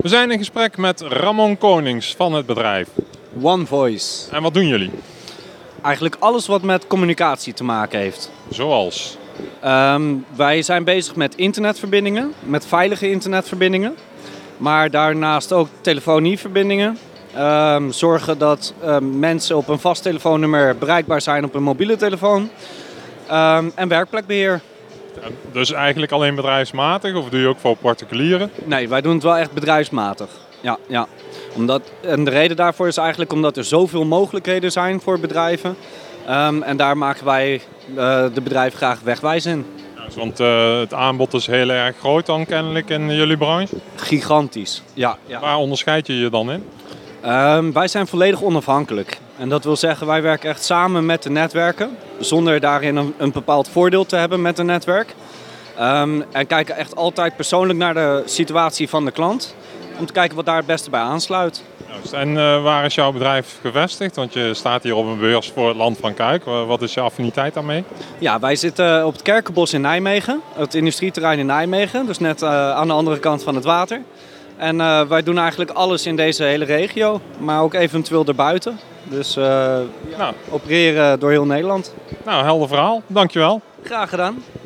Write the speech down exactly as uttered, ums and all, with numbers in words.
We zijn in gesprek met Ramon Konings van het bedrijf. One Voice. En wat doen jullie? Eigenlijk alles wat met communicatie te maken heeft. Zoals? Um, wij zijn bezig met internetverbindingen, met veilige internetverbindingen. Maar daarnaast ook telefonieverbindingen. Um, zorgen dat um, mensen op een vast telefoonnummer bereikbaar zijn op een mobiele telefoon. Um, en werkplekbeheer. Dus eigenlijk alleen bedrijfsmatig of doe je ook voor particulieren? Nee, wij doen het wel echt bedrijfsmatig. Ja, ja. Omdat, en de reden daarvoor is eigenlijk omdat er zoveel mogelijkheden zijn voor bedrijven. Um, en daar maken wij uh, de bedrijven graag wegwijs in. Ja, want uh, het aanbod is heel erg groot dan kennelijk in jullie branche? Gigantisch, ja. ja. Waar onderscheid je je dan in? Um, wij zijn volledig onafhankelijk. En dat wil zeggen, wij werken echt samen met de netwerken. Zonder daarin een, een bepaald voordeel te hebben met een netwerk. Um, en kijken echt altijd persoonlijk naar de situatie van de klant. Om te kijken wat daar het beste bij aansluit. Juist. En uh, waar is jouw bedrijf gevestigd? Want je staat hier op een beurs voor het Land van Kuik. Wat is je affiniteit daarmee? Ja, wij zitten op het Kerkenbos in Nijmegen. Het industrieterrein in Nijmegen. Dus net uh, aan de andere kant van het water. En uh, wij doen eigenlijk alles in deze hele regio. Maar ook eventueel erbuiten. Dus uh, ja, nou. opereren door heel Nederland. Nou, helder verhaal. Dankjewel. Graag gedaan.